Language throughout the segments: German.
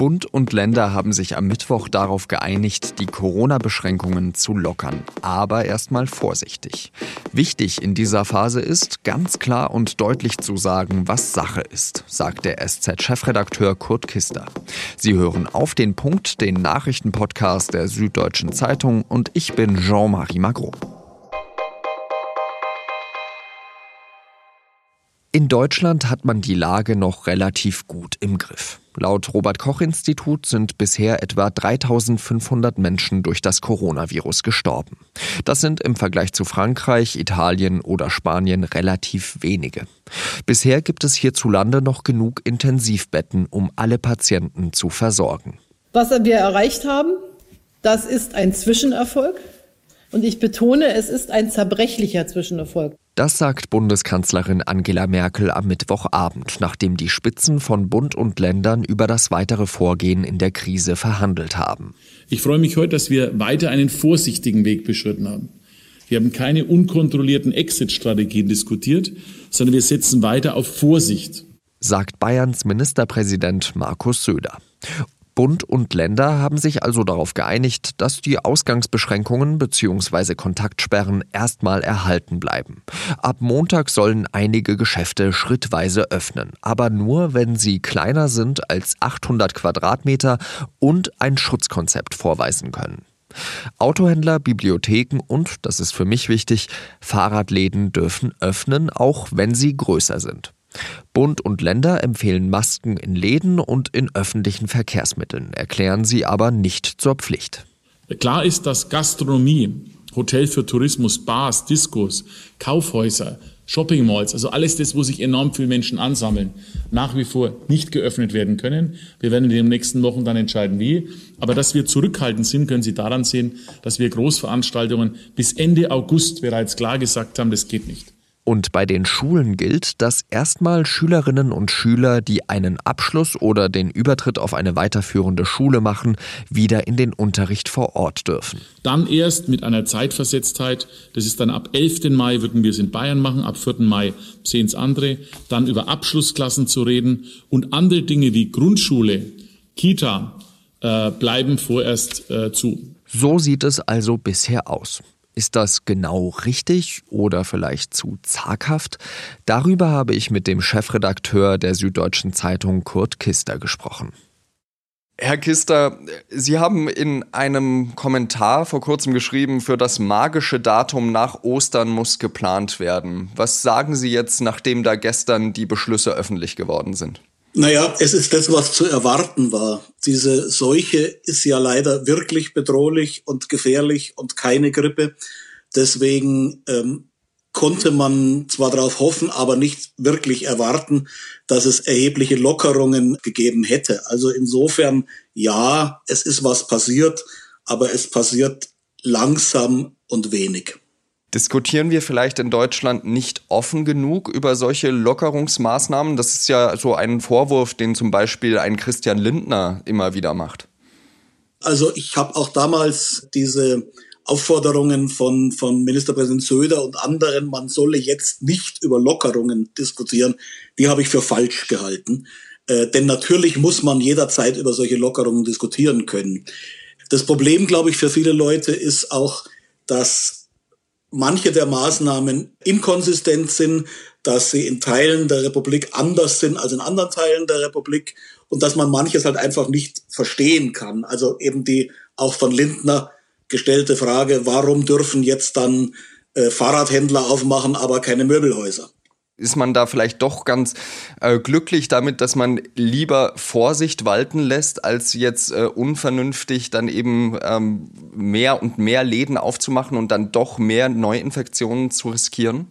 Bund und Länder haben sich am Mittwoch darauf geeinigt, die Corona-Beschränkungen zu lockern. Aber erstmal vorsichtig. Wichtig in dieser Phase ist, ganz klar und deutlich zu sagen, was Sache ist, sagt der SZ-Chefredakteur Kurt Kister. Sie hören Auf den Punkt, den Nachrichtenpodcast der Süddeutschen Zeitung, und ich bin Jean-Marie Magro. In Deutschland hat man die Lage noch relativ gut im Griff. Laut Robert-Koch-Institut sind bisher etwa 3.500 Menschen durch das Coronavirus gestorben. Das sind im Vergleich zu Frankreich, Italien oder Spanien relativ wenige. Bisher gibt es hierzulande noch genug Intensivbetten, um alle Patienten zu versorgen. Was wir erreicht haben, das ist ein Zwischenerfolg. Und ich betone, es ist ein zerbrechlicher Zwischenerfolg. Das sagt Bundeskanzlerin Angela Merkel am Mittwochabend, nachdem die Spitzen von Bund und Ländern über das weitere Vorgehen in der Krise verhandelt haben. Ich freue mich heute, dass wir weiter einen vorsichtigen Weg beschritten haben. Wir haben keine unkontrollierten Exit-Strategien diskutiert, sondern wir setzen weiter auf Vorsicht, sagt Bayerns Ministerpräsident Markus Söder. Bund und Länder haben sich also darauf geeinigt, dass die Ausgangsbeschränkungen bzw. Kontaktsperren erstmal erhalten bleiben. Ab Montag sollen einige Geschäfte schrittweise öffnen, aber nur, wenn sie kleiner sind als 800 Quadratmeter und ein Schutzkonzept vorweisen können. Autohändler, Bibliotheken und, das ist für mich wichtig, Fahrradläden dürfen öffnen, auch wenn sie größer sind. Bund und Länder empfehlen Masken in Läden und in öffentlichen Verkehrsmitteln, erklären sie aber nicht zur Pflicht. Klar ist, dass Gastronomie, Hotel für Tourismus, Bars, Diskos, Kaufhäuser, Shoppingmalls, also alles das, wo sich enorm viele Menschen ansammeln, nach wie vor nicht geöffnet werden können. Wir werden in den nächsten Wochen dann entscheiden, wie. Aber dass wir zurückhaltend sind, können Sie daran sehen, dass wir Großveranstaltungen bis Ende August bereits klar gesagt haben, das geht nicht. Und bei den Schulen gilt, dass erstmal Schülerinnen und Schüler, die einen Abschluss oder den Übertritt auf eine weiterführende Schule machen, wieder in den Unterricht vor Ort dürfen. Dann erst mit einer Zeitversetztheit, das ist dann ab 11. Mai, würden wir es in Bayern machen, ab 4. Mai sehen es andere, dann über Abschlussklassen zu reden und andere Dinge wie Grundschule, Kita bleiben vorerst zu. So sieht es also bisher aus. Ist das genau richtig oder vielleicht zu zaghaft? Darüber habe ich mit dem Chefredakteur der Süddeutschen Zeitung Kurt Kister gesprochen. Herr Kister, Sie haben in einem Kommentar vor kurzem geschrieben, für das magische Datum nach Ostern muss geplant werden. Was sagen Sie jetzt, nachdem da gestern die Beschlüsse öffentlich geworden sind? Naja, es ist das, was zu erwarten war. Diese Seuche ist ja leider wirklich bedrohlich und gefährlich und keine Grippe. Deswegen konnte man zwar darauf hoffen, aber nicht wirklich erwarten, dass es erhebliche Lockerungen gegeben hätte. Also insofern, ja, es ist was passiert, aber es passiert langsam und wenig. Diskutieren wir vielleicht in Deutschland nicht offen genug über solche Lockerungsmaßnahmen? Das ist ja so ein Vorwurf, den zum Beispiel ein Christian Lindner immer wieder macht. Also ich habe auch damals diese Aufforderungen von Ministerpräsident Söder und anderen, man solle jetzt nicht über Lockerungen diskutieren, die habe ich für falsch gehalten. Denn natürlich muss man jederzeit über solche Lockerungen diskutieren können. Das Problem, glaube ich, für viele Leute ist auch, dass manche der Maßnahmen inkonsistent sind, dass sie in Teilen der Republik anders sind als in anderen Teilen der Republik und dass man manches halt einfach nicht verstehen kann. Also eben die auch von Lindner gestellte Frage, warum dürfen jetzt dann Fahrradhändler aufmachen, aber keine Möbelhäuser? Ist man da vielleicht doch ganz glücklich damit, dass man lieber Vorsicht walten lässt, als jetzt unvernünftig dann eben mehr und mehr Läden aufzumachen und dann doch mehr Neuinfektionen zu riskieren?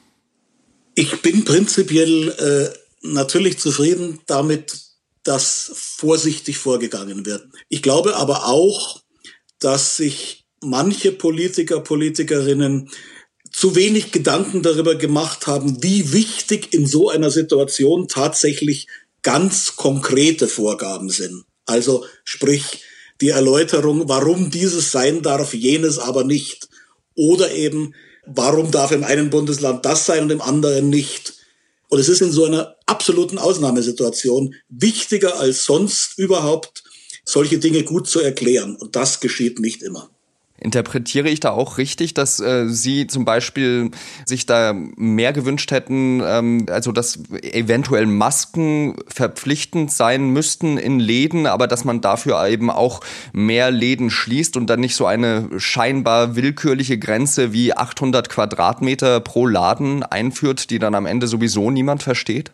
Ich bin prinzipiell natürlich zufrieden damit, dass vorsichtig vorgegangen wird. Ich glaube aber auch, dass sich manche Politiker, Politikerinnen zu wenig Gedanken darüber gemacht haben, wie wichtig in so einer Situation tatsächlich ganz konkrete Vorgaben sind. Also sprich die Erläuterung, warum dieses sein darf, jenes aber nicht. Oder eben, warum darf im einen Bundesland das sein und im anderen nicht. Und es ist in so einer absoluten Ausnahmesituation wichtiger als sonst überhaupt solche Dinge gut zu erklären. Und das geschieht nicht immer. Interpretiere ich da auch richtig, dass Sie zum Beispiel sich da mehr gewünscht hätten, also dass eventuell Masken verpflichtend sein müssten in Läden, aber dass man dafür eben auch mehr Läden schließt und dann nicht so eine scheinbar willkürliche Grenze wie 800 Quadratmeter pro Laden einführt, die dann am Ende sowieso niemand versteht?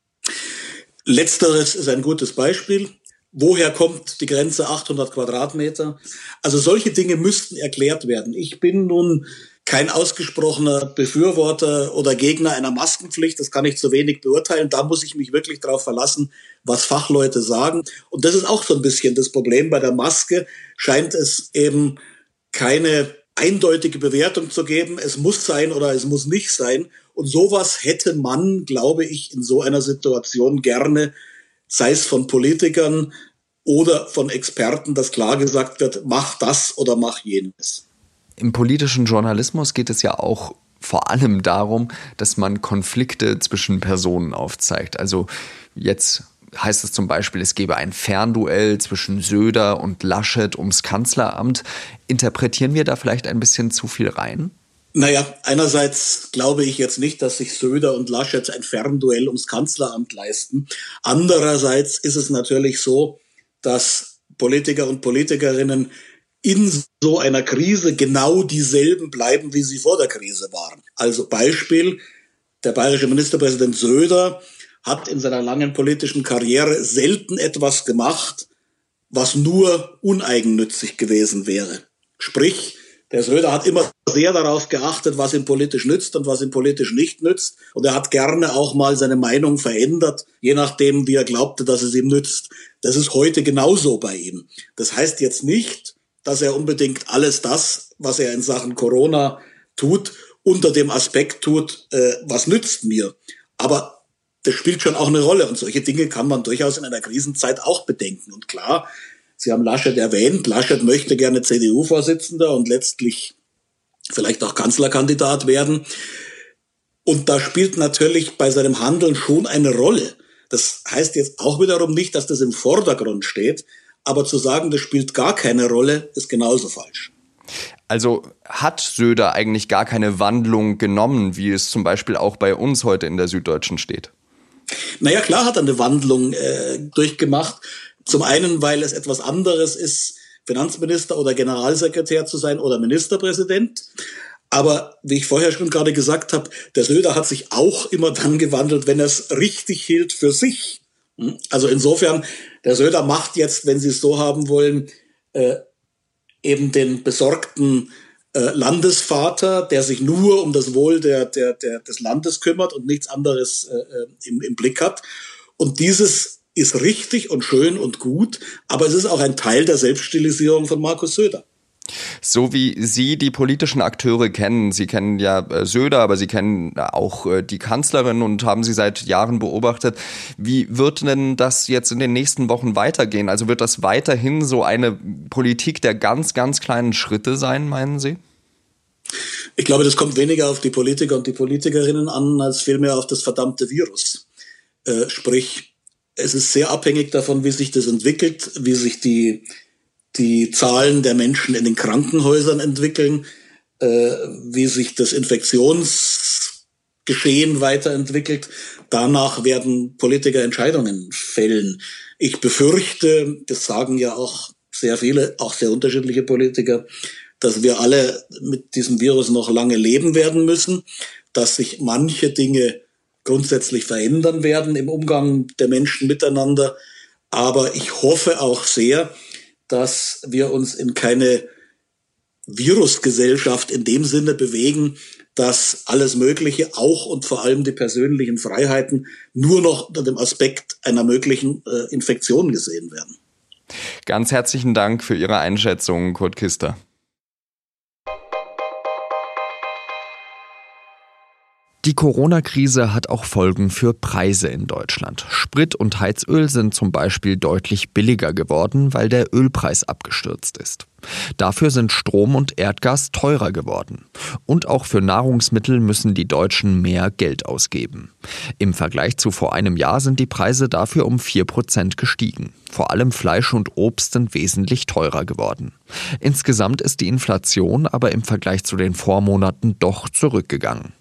Letzteres ist ein gutes Beispiel. Woher kommt die Grenze 800 Quadratmeter? Also solche Dinge müssten erklärt werden. Ich bin nun kein ausgesprochener Befürworter oder Gegner einer Maskenpflicht. Das kann ich zu wenig beurteilen. Da muss ich mich wirklich darauf verlassen, was Fachleute sagen. Und das ist auch so ein bisschen das Problem. Bei der Maske scheint es eben keine eindeutige Bewertung zu geben. Es muss sein oder es muss nicht sein. Und sowas hätte man, glaube ich, in so einer Situation gerne, sei es von Politikern oder von Experten, dass klar gesagt wird, mach das oder mach jenes. Im politischen Journalismus geht es ja auch vor allem darum, dass man Konflikte zwischen Personen aufzeigt. Also jetzt heißt es zum Beispiel, es gebe ein Fernduell zwischen Söder und Laschet ums Kanzleramt. Interpretieren wir da vielleicht ein bisschen zu viel rein? Naja, einerseits glaube ich jetzt nicht, dass sich Söder und Laschet ein Fernduell ums Kanzleramt leisten. Andererseits ist es natürlich so, dass Politiker und Politikerinnen in so einer Krise genau dieselben bleiben, wie sie vor der Krise waren. Also Beispiel, der bayerische Ministerpräsident Söder hat in seiner langen politischen Karriere selten etwas gemacht, was nur uneigennützig gewesen wäre. Sprich, der Söder hat immer sehr darauf geachtet, was ihm politisch nützt und was ihm politisch nicht nützt. Und er hat gerne auch mal seine Meinung verändert, je nachdem, wie er glaubte, dass es ihm nützt. Das ist heute genauso bei ihm. Das heißt jetzt nicht, dass er unbedingt alles das, was er in Sachen Corona tut, unter dem Aspekt tut, was nützt mir. Aber das spielt schon auch eine Rolle. Und solche Dinge kann man durchaus in einer Krisenzeit auch bedenken. Und klar, Sie haben Laschet erwähnt. Laschet möchte gerne CDU-Vorsitzender und letztlich vielleicht auch Kanzlerkandidat werden. Und da spielt natürlich bei seinem Handeln schon eine Rolle. Das heißt jetzt auch wiederum nicht, dass das im Vordergrund steht. Aber zu sagen, das spielt gar keine Rolle, ist genauso falsch. Also hat Söder eigentlich gar keine Wandlung genommen, wie es zum Beispiel auch bei uns heute in der Süddeutschen steht? Naja, klar hat er eine Wandlung durchgemacht. Zum einen, weil es etwas anderes ist, Finanzminister oder Generalsekretär zu sein oder Ministerpräsident. Aber wie ich vorher schon gerade gesagt habe, der Söder hat sich auch immer dann gewandelt, wenn er es richtig hielt für sich. Also insofern, der Söder macht jetzt, wenn Sie es so haben wollen, eben den besorgten Landesvater, der sich nur um das Wohl des Landes kümmert und nichts anderes im Blick hat. Und dieses ist richtig und schön und gut, aber es ist auch ein Teil der Selbststilisierung von Markus Söder. So wie Sie die politischen Akteure kennen, Sie kennen ja Söder, aber Sie kennen auch die Kanzlerin und haben sie seit Jahren beobachtet. Wie wird denn das jetzt in den nächsten Wochen weitergehen? Also wird das weiterhin so eine Politik der ganz, ganz kleinen Schritte sein, meinen Sie? Ich glaube, das kommt weniger auf die Politiker und die Politikerinnen an, als vielmehr auf das verdammte Virus. Sprich, es ist sehr abhängig davon, wie sich das entwickelt, wie sich die Zahlen der Menschen in den Krankenhäusern entwickeln, wie sich das Infektionsgeschehen weiterentwickelt. Danach werden Politiker Entscheidungen fällen. Ich befürchte, das sagen ja auch sehr viele, auch sehr unterschiedliche Politiker, dass wir alle mit diesem Virus noch lange leben werden müssen, dass sich manche Dinge grundsätzlich verändern werden im Umgang der Menschen miteinander. Aber ich hoffe auch sehr, dass wir uns in keine Virusgesellschaft in dem Sinne bewegen, dass alles Mögliche, auch und vor allem die persönlichen Freiheiten, nur noch unter dem Aspekt einer möglichen Infektion gesehen werden. Ganz herzlichen Dank für Ihre Einschätzung, Kurt Kister. Die Corona-Krise hat auch Folgen für Preise in Deutschland. Sprit und Heizöl sind zum Beispiel deutlich billiger geworden, weil der Ölpreis abgestürzt ist. Dafür sind Strom und Erdgas teurer geworden. Und auch für Nahrungsmittel müssen die Deutschen mehr Geld ausgeben. Im Vergleich zu vor einem Jahr sind die Preise dafür um 4% gestiegen. Vor allem Fleisch und Obst sind wesentlich teurer geworden. Insgesamt ist die Inflation aber im Vergleich zu den Vormonaten doch zurückgegangen.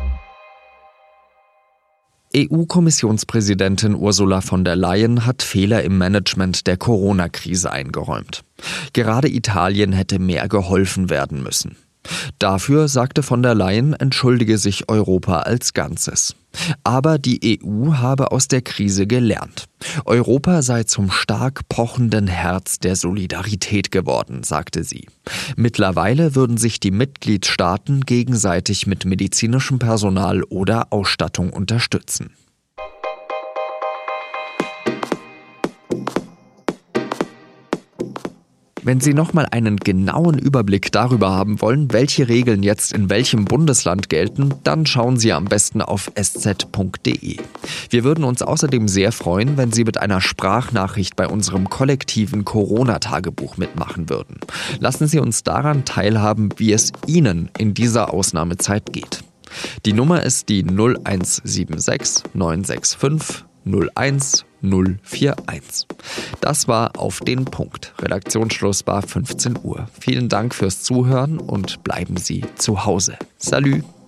EU-Kommissionspräsidentin Ursula von der Leyen hat Fehler im Management der Corona-Krise eingeräumt. Gerade Italien hätte mehr geholfen werden müssen. Dafür, sagte von der Leyen, entschuldige sich Europa als Ganzes. Aber die EU habe aus der Krise gelernt. Europa sei zum stark pochenden Herz der Solidarität geworden, sagte sie. Mittlerweile würden sich die Mitgliedstaaten gegenseitig mit medizinischem Personal oder Ausstattung unterstützen. Wenn Sie nochmal einen genauen Überblick darüber haben wollen, welche Regeln jetzt in welchem Bundesland gelten, dann schauen Sie am besten auf sz.de. Wir würden uns außerdem sehr freuen, wenn Sie mit einer Sprachnachricht bei unserem kollektiven Corona-Tagebuch mitmachen würden. Lassen Sie uns daran teilhaben, wie es Ihnen in dieser Ausnahmezeit geht. Die Nummer ist die 0176 965 01041. Das war Auf den Punkt. Redaktionsschluss war 15 Uhr. Vielen Dank fürs Zuhören und bleiben Sie zu Hause. Salü!